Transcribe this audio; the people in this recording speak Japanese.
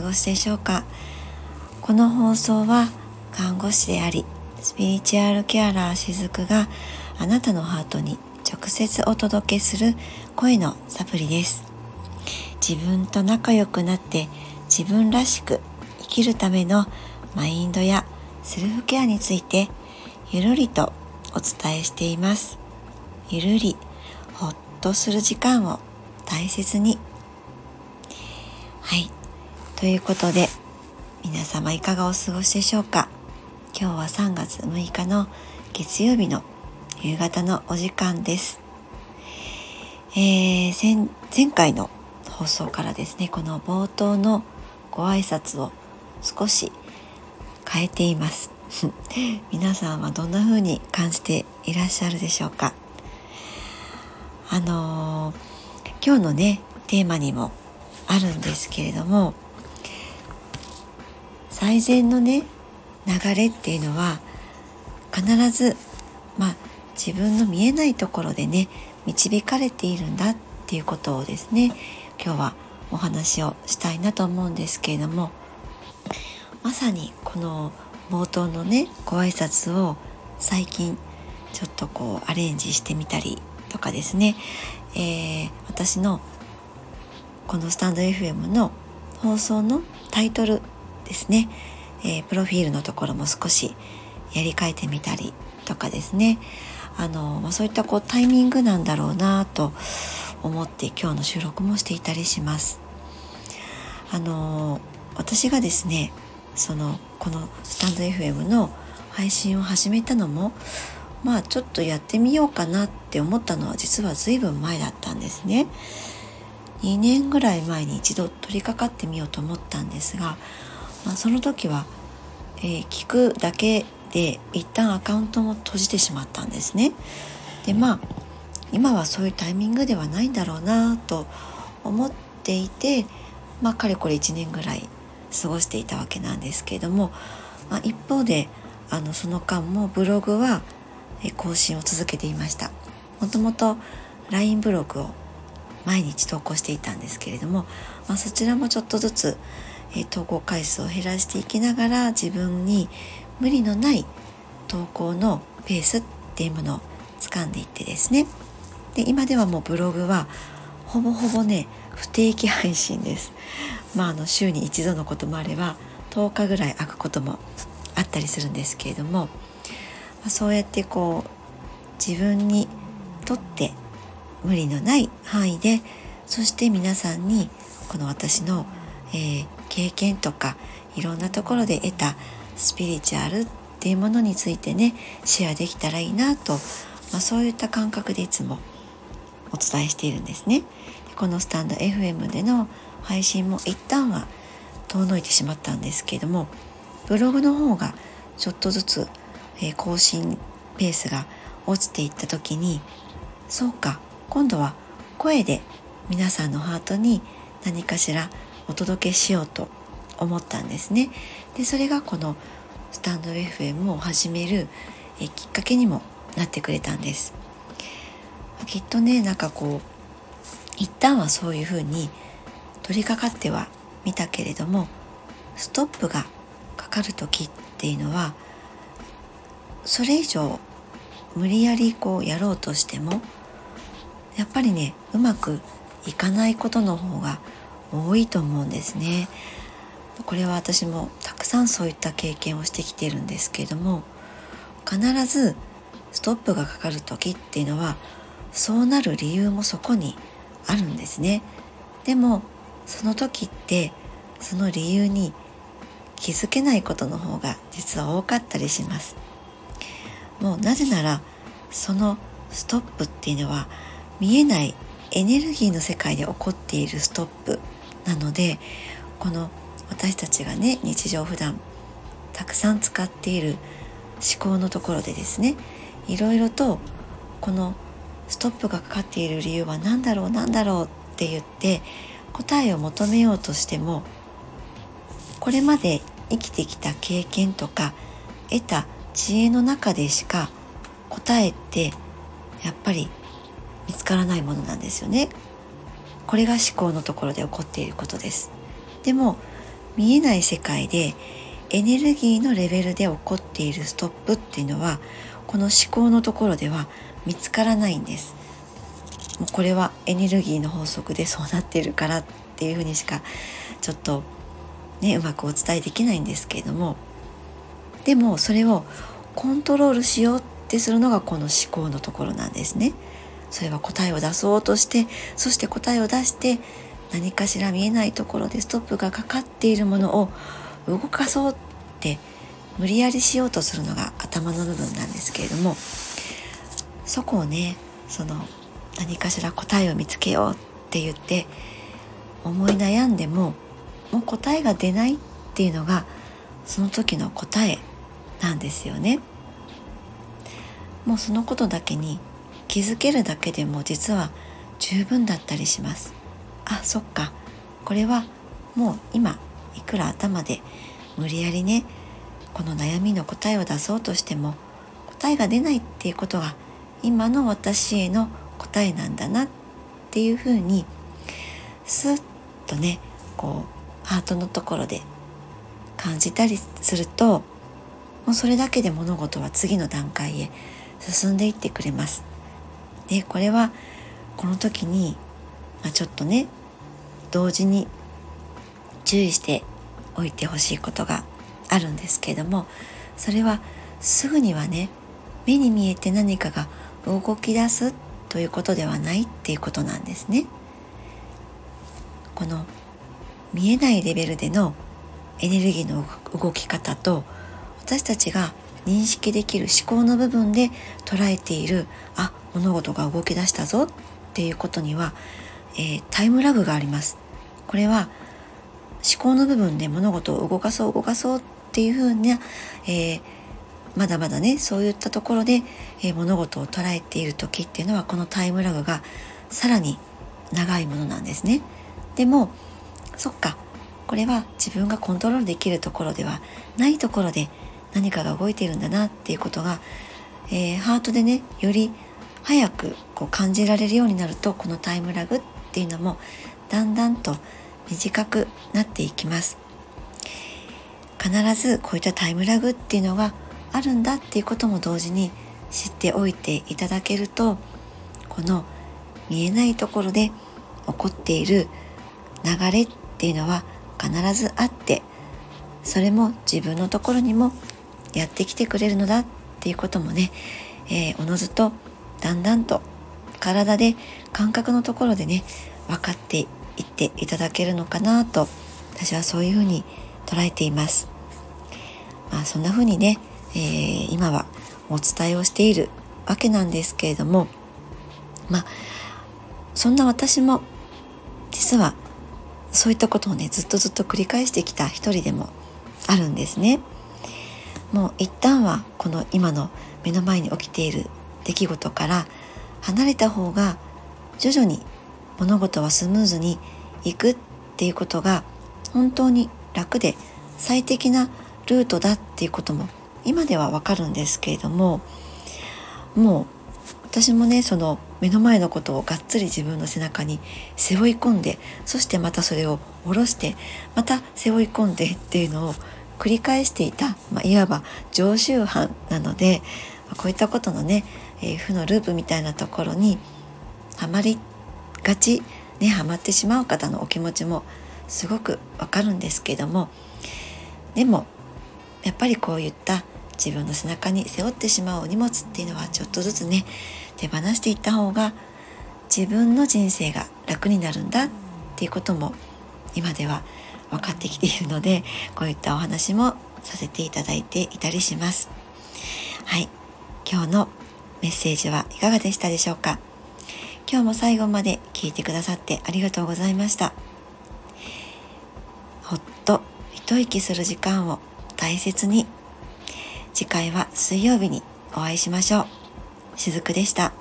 ごしでしょうか。この放送は看護師でありスピリチュアルケアラーしずくがあなたのハートに直接お届けする声のサプリです。自分と仲良くなって自分らしく生きるためのマインドやセルフケアについてゆるりとお伝えしています。ゆるりほっとする時間を大切に。はい、ということで皆様いかがお過ごしでしょうか。今日は3月6日の月曜日の夕方のお時間です。前回の放送からですね、この冒頭のご挨拶を少し変えています皆さんはどんな風に感じていらっしゃるでしょうか。今日のねテーマにもあるんですけれども、最善のね流れっていうのは必ず自分の見えないところでね導かれているんだっていうことをですね、今日はお話をしたいなと思うんですけれども、まさにこの冒頭のねご挨拶を最近ちょっとアレンジしてみたりとかですね、私のこのスタンド FM の放送のタイトルですね、プロフィールのところも少しやり替えてみたりとかですね、そういったタイミングなんだろうなと思って今日の収録もしていたりします。私がですねこのスタンド FM の配信を始めたのもちょっとやってみようかなって思ったのは実は随分前だったんですね。2年ぐらい前に一度取り掛かってみようと思ったんですが、その時は、聞くだけで一旦アカウントも閉じてしまったんですね。で今はそういうタイミングではないんだろうなと思っていて、かれこれ1年ぐらい過ごしていたわけなんですけれども、一方でその間もブログは更新を続けていました。もともと LINE ブログを毎日投稿していたんですけれども、そちらもちょっとずつ、投稿回数を減らしていきながら自分に無理のない投稿のペースっていうものを掴んでいってですね、で今ではもうブログはほぼほぼね不定期配信です。週に一度のこともあれば10日ぐらい空くこともあったりするんですけれども、そうやって自分にとって無理のない範囲で、そして皆さんにこの私の、経験とかいろんなところで得たスピリチュアルっていうものについてねシェアできたらいいなと、そういった感覚でいつもお伝えしているんですね。このスタンド FM での配信も一旦は遠のいてしまったんですけれども、ブログの方がちょっとずつ、更新ペースが落ちていった時に、そうか今度は声で皆さんのハートに何かしらお届けしようと思ったんですね。でそれがこのスタンド FM を始めるきっかけにもなってくれたんです。きっとね一旦はそういうふうに取り掛かってはみたけれども、ストップがかかる時っていうのはそれ以上無理やりやろうとしてもやっぱりねうまくいかないことの方が多いと思うんですね。これは私もたくさんそういった経験をしてきているんですけれども、必ずストップがかかる時っていうのはそうなる理由もそこにあるんですね。でもその時ってその理由に気づけないことの方が実は多かったりします。もうなぜならそのストップっていうのは見えないエネルギーの世界で起こっているストップなので、この私たちがね日常普段たくさん使っている思考のところでですね、いろいろとこのストップがかかっている理由は何だろうって言って答えを求めようとしても、これまで生きてきた経験とか得た知恵の中でしか答えってやっぱり見つからないものなんですよね。これが思考のところで起こっていることです。でも見えない世界でエネルギーのレベルで起こっているストップっていうのは、この思考のところでは見つからないんです。もうこれはエネルギーの法則でそうなっているからっていうふうにしかちょっとね、うまくお伝えできないんですけれども、でもそれをコントロールしようってするのがこの思考のところなんですね。それは答えを出そうとして、そして答えを出して何かしら見えないところでストップがかかっているものを動かそうって無理やりしようとするのが頭の部分なんですけれども、そこをね、その何かしら答えを見つけようって言って思い悩んでも、もう答えが出ないっていうのがその時の答えなんですよね。もうそのことだけに気づけるだけでも実は十分だったりします。あ、そっか、これはもう今いくら頭で無理やりね、この悩みの答えを出そうとしても答えが出ないっていうことが今の私への答えなんだなっていうふうにスッとね、こうハートのところで感じたりすると、もうそれだけで物事は次の段階へ進んでいってくれます。で、これはこの時に、ちょっとね、同時に注意しておいてほしいことがあるんですけれども、それはすぐにはね、目に見えて何かが動き出すということではないっていうことなんですね。この見えないレベルでのエネルギーの動き方と、私たちが認識できる思考の部分で捉えている、物事が動き出したぞっていうことには、タイムラグがあります。これは思考の部分で物事を動かそうっていうふうな、まだまだね、そういったところで、物事を捉えている時っていうのは、このタイムラグがさらに長いものなんですね。でもそっか、これは自分がコントロールできるところではないところで何かが動いているんだなっていうことが、ハートでね、より早くこう感じられるようになると、このタイムラグっていうのもだんだんと短くなっていきます。必ずこういったタイムラグっていうのがあるんだっていうことも同時に知っておいていただけると、この見えないところで起こっている流れっていうのは必ずあって、それも自分のところにもやってきてくれるのだっていうこともね、おのずとだんだんと体で感覚のところでね、分かっていっていただけるのかなと、私はそういうふうに捉えています。そんなふうにね、今はお伝えをしているわけなんですけれども、そんな私も実はそういったことをね、ずっと繰り返してきた一人でもあるんですね。もう一旦はこの今の目の前に起きている出来事から離れた方が、徐々に物事はスムーズにいくっていうことが本当に楽で最適なルートだっていうことも今ではわかるんですけれども、もう私もね、その目の前のことをがっつり自分の背中に背負い込んで、そしてまたそれを下ろしてまた背負い込んでっていうのを繰り返していた、いわば常習犯なので、こういったことのね、負のループみたいなところにはまりがち、はまってしまう方のお気持ちもすごくわかるんですけども、でもやっぱりこういった自分の背中に背負ってしまうお荷物っていうのはちょっとずつね、手放していった方が自分の人生が楽になるんだっていうことも今では分かってきているので、こういったお話もさせていただいていたりします。はい、今日のメッセージはいかがでしたでしょうか。今日も最後まで聞いてくださってありがとうございました。ほっと一息する時間を大切に。次回は水曜日にお会いしましょう。しずくでした。